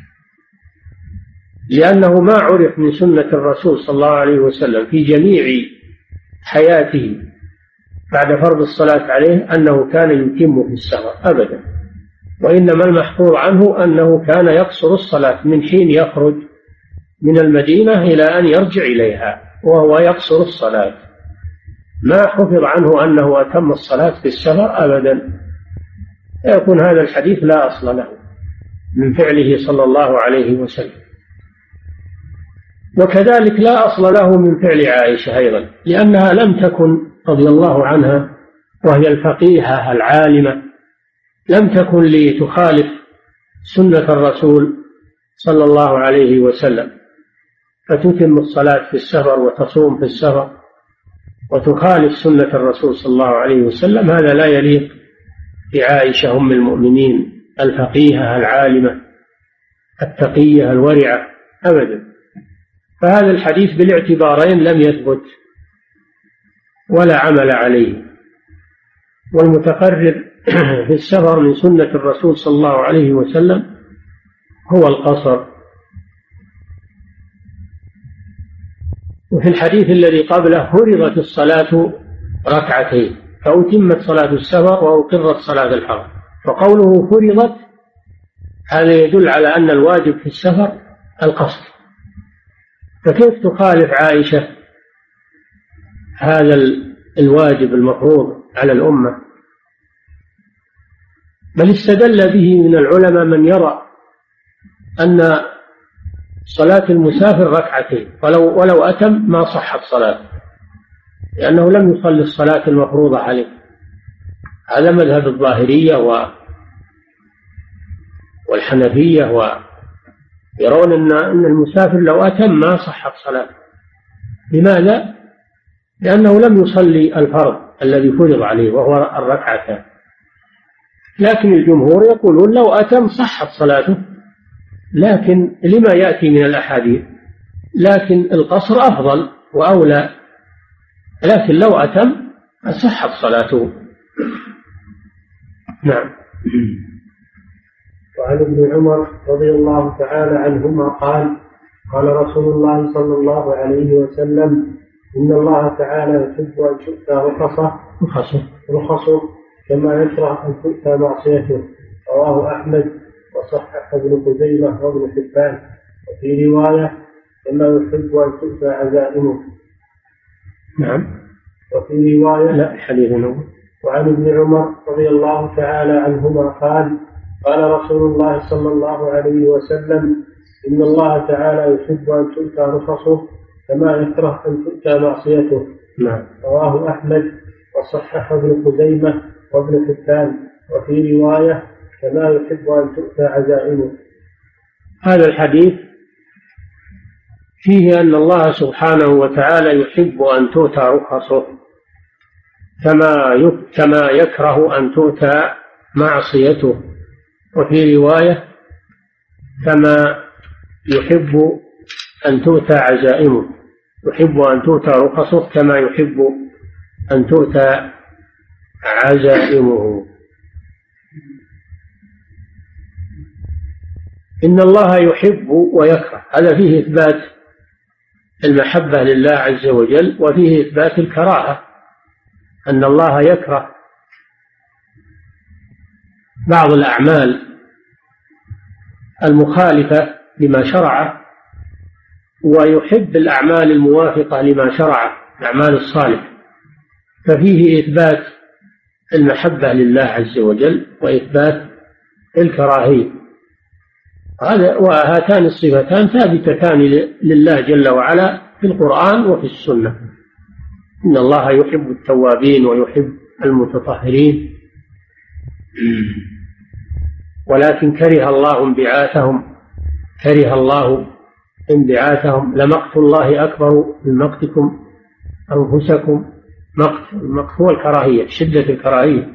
لأنه ما عرف من سنة الرسول صلى الله عليه وسلم في جميع حياته بعد فرض الصلاة عليه أنه كان يتم في السفر أبدا، وإنما المحفوظ عنه أنه كان يقصر الصلاة من حين يخرج من المدينة إلى أن يرجع إليها وهو يقصر الصلاة، ما حفظ عنه أنه أتم الصلاة في السفر أبدا. يكون هذا الحديث لا أصل له من فعله صلى الله عليه وسلم. وكذلك لا أصل له من فعل عائشة أيضا، لأنها لم تكن رضي الله عنها وهي الفقيهة العالمة لم تكن لتخالف سنة الرسول صلى الله عليه وسلم، فتتم الصلاة في السفر وتصوم في السفر وتخالف سنة الرسول صلى الله عليه وسلم، هذا لا يليق بعائشة أم المؤمنين الفقيهة العالمة التقية الورعة أبدا. فهذا الحديث بالاعتبارين لم يثبت ولا عمل عليه، والمتقرر في السفر من سنة الرسول صلى الله عليه وسلم هو القصر. وفي الحديث الذي قبله فرضت الصلاة ركعتين فأتمت صلاة السفر وأقرت صلاة الحضر، فقوله فرضت هذا يدل على أن الواجب في السفر القصر، فكيف تخالف عائشة هذا الواجب المفروض على الأمة؟ بل استدل به من العلماء من يرى أن صلاة المسافر ركعتين ولو أتم ما صحت صلاة، لأنه لم يصلي الصلاة المفروضة عليه. هذا مذهب الظاهرية والحنفية، ويرون أن المسافر لو أتم ما صحت صلاة. لماذا؟ لأنه لم يصلي الفرض الذي فرض عليه وهو الركعتان. لكن الجمهور يقولون لو أتم صحت صلاته، لكن لما يأتي من الأحاديث، لكن القصر أفضل وأولى، لكن لو أتم صحت صلاته. نعم. وعن ابن عمر رضي الله تعالى عنهما قال قال رسول الله صلى الله عليه وسلم إن الله تعالى يحب أن تؤتى رخصه كما يكره أن تؤتى معصيته. رواه أحمد وصحح ابن خزيمة وابن حبان. وفي رواية كما يحب أن تؤتى عزائمه. نعم. وفي رواية لا حديث نوم. وعن ابن عمر رضي الله تعالى عنهما قال قال رسول الله صلى الله عليه وسلم إن الله تعالى يحب أن تؤتى رخصه كما يكره أن تؤتى معصيته. نعم. رواه أحمد وصحح ابن خزيمة وابن حبان. وفي رواية كما يحب أن تؤتى عزائمه. هذا الحديث فيه أن الله سبحانه وتعالى يحب أن تؤتى رخصه كما يكره أن تؤتى معصيته. وفي رواية كما يحب أن تؤتى عزائمه، يحب أن تؤتى رخصه كما يحب أن تؤتى عزائمه. إن الله يحب ويكره، هذا فيه إثبات المحبة لله عز وجل، وفيه إثبات الكراهة، أن الله يكره بعض الأعمال المخالفة لما شرعه، ويحب الأعمال الموافقة لما شرعه، الأعمال الصالحة. ففيه إثبات المحبة لله عز وجل وإثبات الكراهية. وهاتان الصفتان ثابتتان لله جل وعلا في القرآن وفي السنة. إن الله يحب التوابين ويحب المتطهرين، ولكن كره الله انبعاثهم لمقت الله أكبر من مقتكم أنفسكم. المقت هو الكراهية، شدة الكراهية.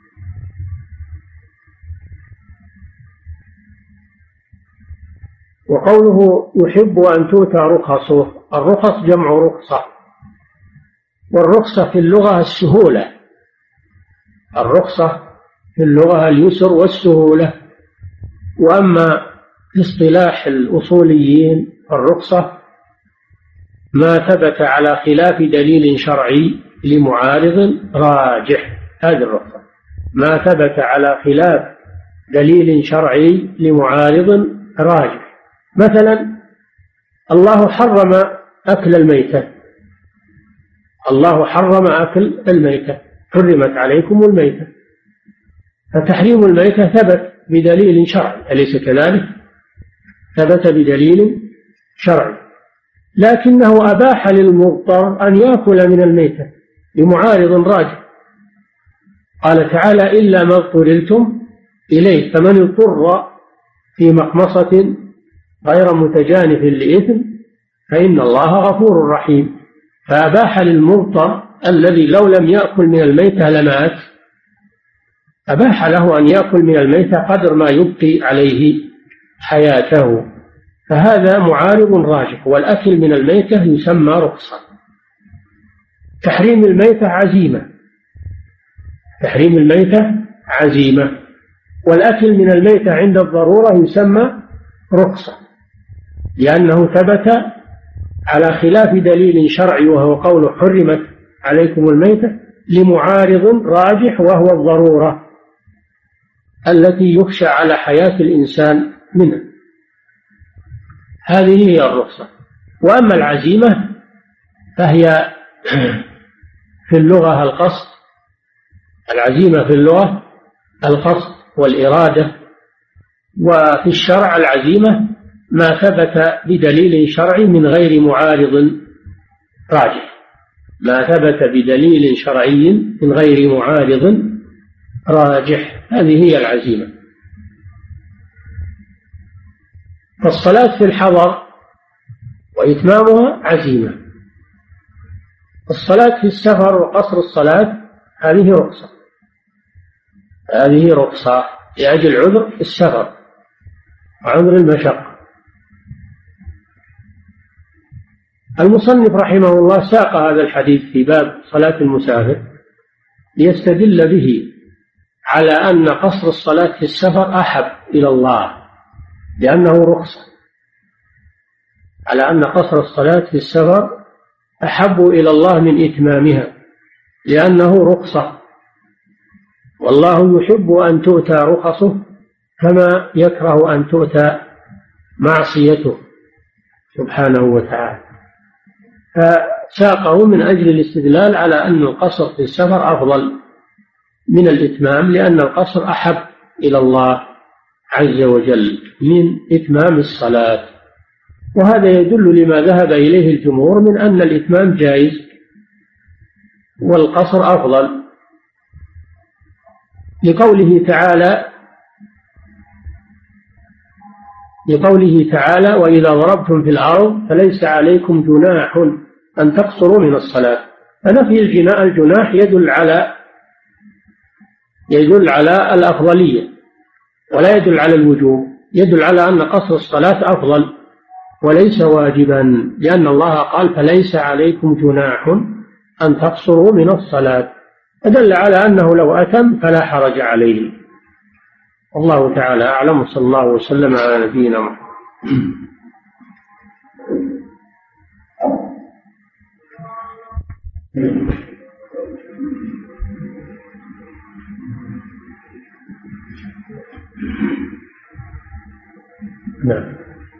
وقوله يحب أن تؤتى رخصه، الرخص جمع رخصة، والرخصة في اللغة السهولة، الرخصة في اللغة اليسر والسهولة. وأما في اصطلاح الأصوليين الرخصة ما ثبت على خلاف دليل شرعي لمعارض راجح. هذه الرخصة ما ثبت على خلاف دليل شرعي لمعارض راجح. مثلا الله حرم أكل الميتة، الله حرم أكل الميتة، حرمت عليكم الميتة، فتحريم الميتة ثبت بدليل شرعي، أليس كذلك؟ ثبت بدليل شرعي، لكنه أباح للمضطر أن يأكل من الميتة لمعارض راجح. قال تعالى إلا ما اضطررتم إليه، فمن اضطر في مخمصة غير متجانف لإثم فإن الله غفور رحيم. فأباح للمضطر الذي لو لم يأكل من الميتة لمات، أباح له أن يأكل من الميتة قدر ما يبقي عليه حياته، فهذا معارض راجح. والأكل من الميتة يسمى رخصة. تحريم الميتة عزيمة، تحريم الميتة عزيمة، والأكل من الميتة عند الضرورة يسمى رخصة، لأنه ثبت على خلاف دليل شرعي وهو قول حرمت عليكم الميتة لمعارض راجح وهو الضرورة التي يخشى على حياة الإنسان منها، هذه هي الرخصة. وأما العزيمة فهي في اللغة القصد، العزيمة في اللغة القصد والإرادة، وفي الشرع العزيمة ما ثبت بدليل شرعي من غير معارض راجح، ما ثبت بدليل شرعي من غير معارض راجح، هذه هي العزيمة. فالصلاة في الحضر وإتمامها عزيمة. الصلاة في السفر وقصر الصلاة هذه رخصة، هذه رخصة لأجل عذر السفر وعذر المشقة. المصنف رحمه الله ساق هذا الحديث في باب صلاة المسافر ليستدل به على أن قصر الصلاة في السفر أحب إلى الله لأنه رخصة، على أن قصر الصلاة في السفر أحب إلى الله من إتمامها لأنه رخصة، والله يحب أن تؤتى رخصه كما يكره أن تؤتى معصيته سبحانه وتعالى. فساقه من أجل الاستدلال على أن القصر في السفر أفضل من الإتمام، لأن القصر أحب إلى الله عز وجل من إتمام الصلاة. وهذا يدل لما ذهب إليه الجمهور من أن الإتمام جائز والقصر أفضل، لقوله تعالى وإذا ضربتم في الأرض فليس عليكم جناح أن تقصروا من الصلاة. فنفي الجناح يدل على الأفضلية ولا يدل على الوجوب، يدل على أن قصر الصلاة أفضل وليس واجبا، لأن الله قال فليس عليكم جناح أن تقصروا من الصلاة، فدل على أنه لو أتم فلا حرج عليه. والله تعالى أعلم، صلى الله وسلم على نبينا محمد. نعم.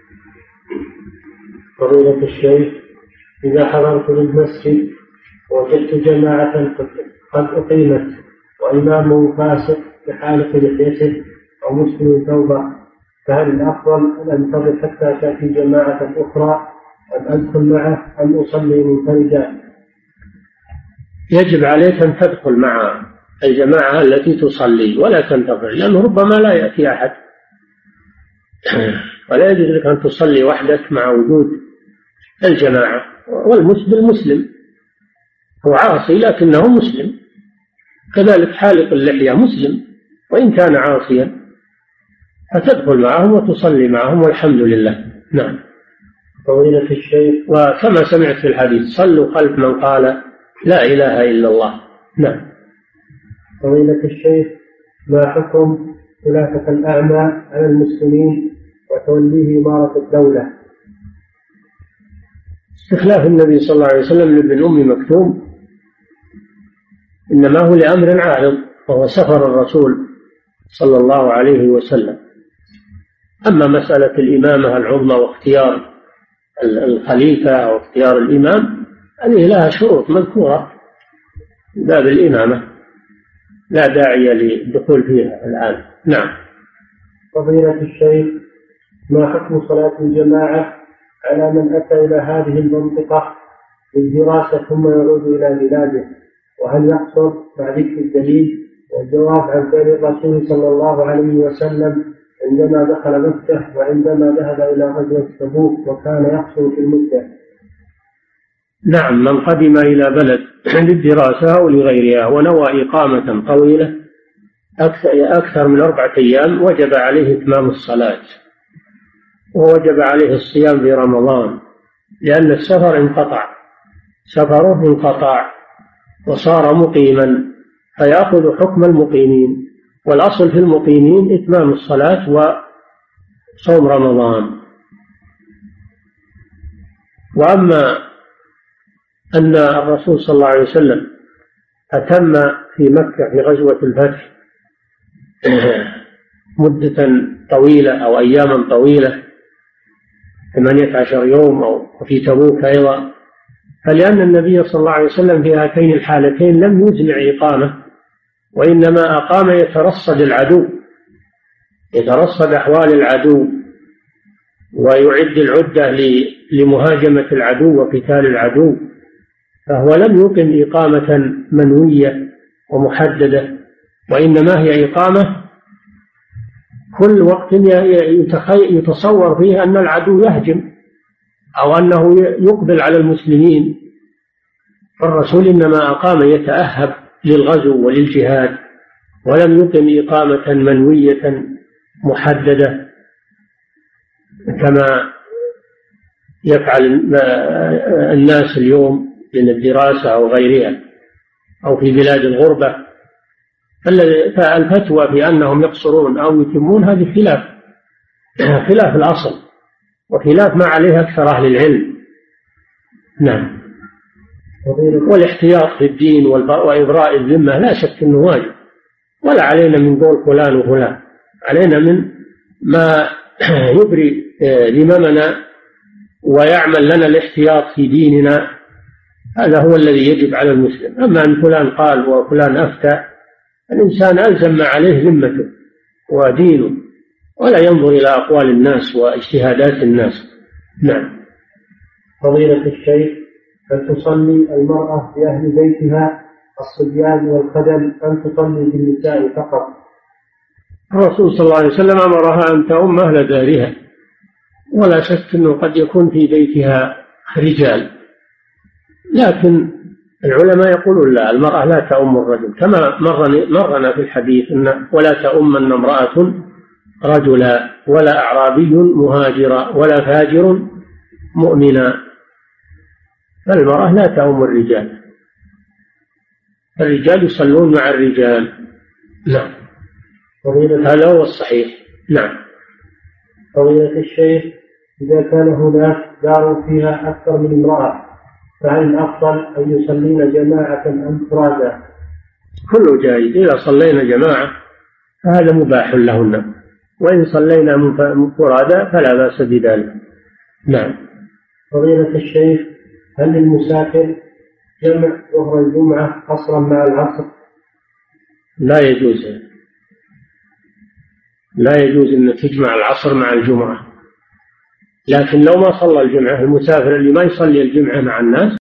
فضيلة الشيخ، إذا حضرت للمسجد وجدت جماعة قد أقيمت وإمامه فاسق بحالة لحيته أو مسلم توبة، فهل الأفضل أن أنتظر حتى تأتي جماعة أخرى أم أدخل معه أم أصلي منفردا؟ يجب عليك أن تدخل مع الجماعة التي تصلي ولا تنتظر، لأنه ربما لا يأتي أحد، ولا يجوز لك أن تصلي وحدك مع وجود الجماعة. والمسلم مسلم، هو عاصي لكنه مسلم، كذلك حالق اللحية مسلم وإن كان عاصيا، فتدخل معهم وتصلي معهم والحمد لله. نعم. فضيلة الشيخ، وكما سمعت في الحديث صلوا خلف من قال لا إله إلا الله. نعم. فضيلة الشيخ، ما حكم خلافة الأعمى على المسلمين وتوليه إمارة الدولة؟ استخلاف النبي صلى الله عليه وسلم لابن أم مكتوم إنما هو لأمر عارض وهو سفر الرسول صلى الله عليه وسلم. أما مسألة الإمامة العظمى واختيار الخليفة أو اختيار الإمام هذه لها شروط مذكورة باب الإمامة، لا داعي للدخول فيها الآن. نعم. فضيلة الشيخ، ما حكم صلاة الجماعة على من أتى إلى هذه المنطقة للدراسة ثم يعود إلى بلاده؟ وهل يحصل مع ذكر الدليل والجواب عن فعل الرسول صلى الله عليه وسلم عندما دخل مكة وعندما ذهب إلى غزوة تبوك وكان يقصر في المدة. نعم، من قدم إلى بلد للدراسة أو لغيرها ونوى إقامة طويلة أكثر من 4 أيام وجب عليه إتمام الصلاة، ووجب عليه الصيام في رمضان، لأن السفر سفره انقطع وصار مقيما فيأخذ حكم المقيمين، والأصل في المقيمين إتمام الصلاة وصوم رمضان. وأما أن الرسول صلى الله عليه وسلم أتم في مكة في غزوة الفتح مدة طويلة أو أياما طويلة 18 يوم أو في تبوك أيضا، فلأن النبي صلى الله عليه وسلم في هاتين الحالتين لم يزمع إقامة، وإنما أقام يترصد أحوال العدو ويعد العدة لمهاجمة العدو وقتال العدو، فهو لم يقم إقامة منوية ومحددة، وإنما هي إقامة كل وقت يتصور فيه أن العدو يهجم أو أنه يقبل على المسلمين، فالرسول إنما أقام يتأهب للغزو وللجهاد، ولم يقم إقامة منوية محددة كما يفعل الناس اليوم من الدراسة أو غيرها أو في بلاد الغربة. فالفتوى في أنهم يقصرون أو يتمون هذه خلاف الأصل وخلاف ما عليه أكثر أهل العلم. نعم. والاحتياط في الدين وإبراء الذمة لا شك أنه واجب، ولا علينا من قول فلان وفلان، علينا من ما يبري ذممنا ويعمل لنا الاحتياط في ديننا، هذا هو الذي يجب على المسلم. أما أن فلان قال وفلان أفتى، الإنسان ألزم ما عليه ذمته ودينه، ولا ينظر إلى أقوال الناس واجتهادات الناس. نعم. فضيلة الشيخ، هل تصلي المرأة في أهل بيتها الصبيان والخدم أم تصلي بالنساء فقط؟ الرسول صلى الله عليه وسلم أمرها أن تؤم أهل دارها، ولا شك أنه قد يكون في بيتها رجال، لكن العلماء يقولون لا، المرأة لا تؤم الرجل، كما مرنا في الحديث أن ولا تؤمن امرأة رجلا ولا أعرابي مهاجرا ولا فاجر مؤمنا، فالمرأة لا تؤم الرجال، الرجال يصلون مع الرجال. نعم، هذا هو الصحيح. نعم. فضيلة الشيخ، إذا كان هناك دار فيها أكثر من امرأة فهل الأفضل أن يصلين جماعة أم فرادا؟ كله جائز، إذا صلينا جماعة فهذا مباح لهن، وإن صلينا فرادا فلا بأس بذلك. نعم. فضيلة الشيخ، هل للمسافر جمع ظهر الجمعة قصرا مع العصر؟ لا يجوز، لا يجوز أن تجمع العصر مع الجمعة، لكن لو ما صلى الجمعة، المسافر اللي ما يصلي الجمعة مع الناس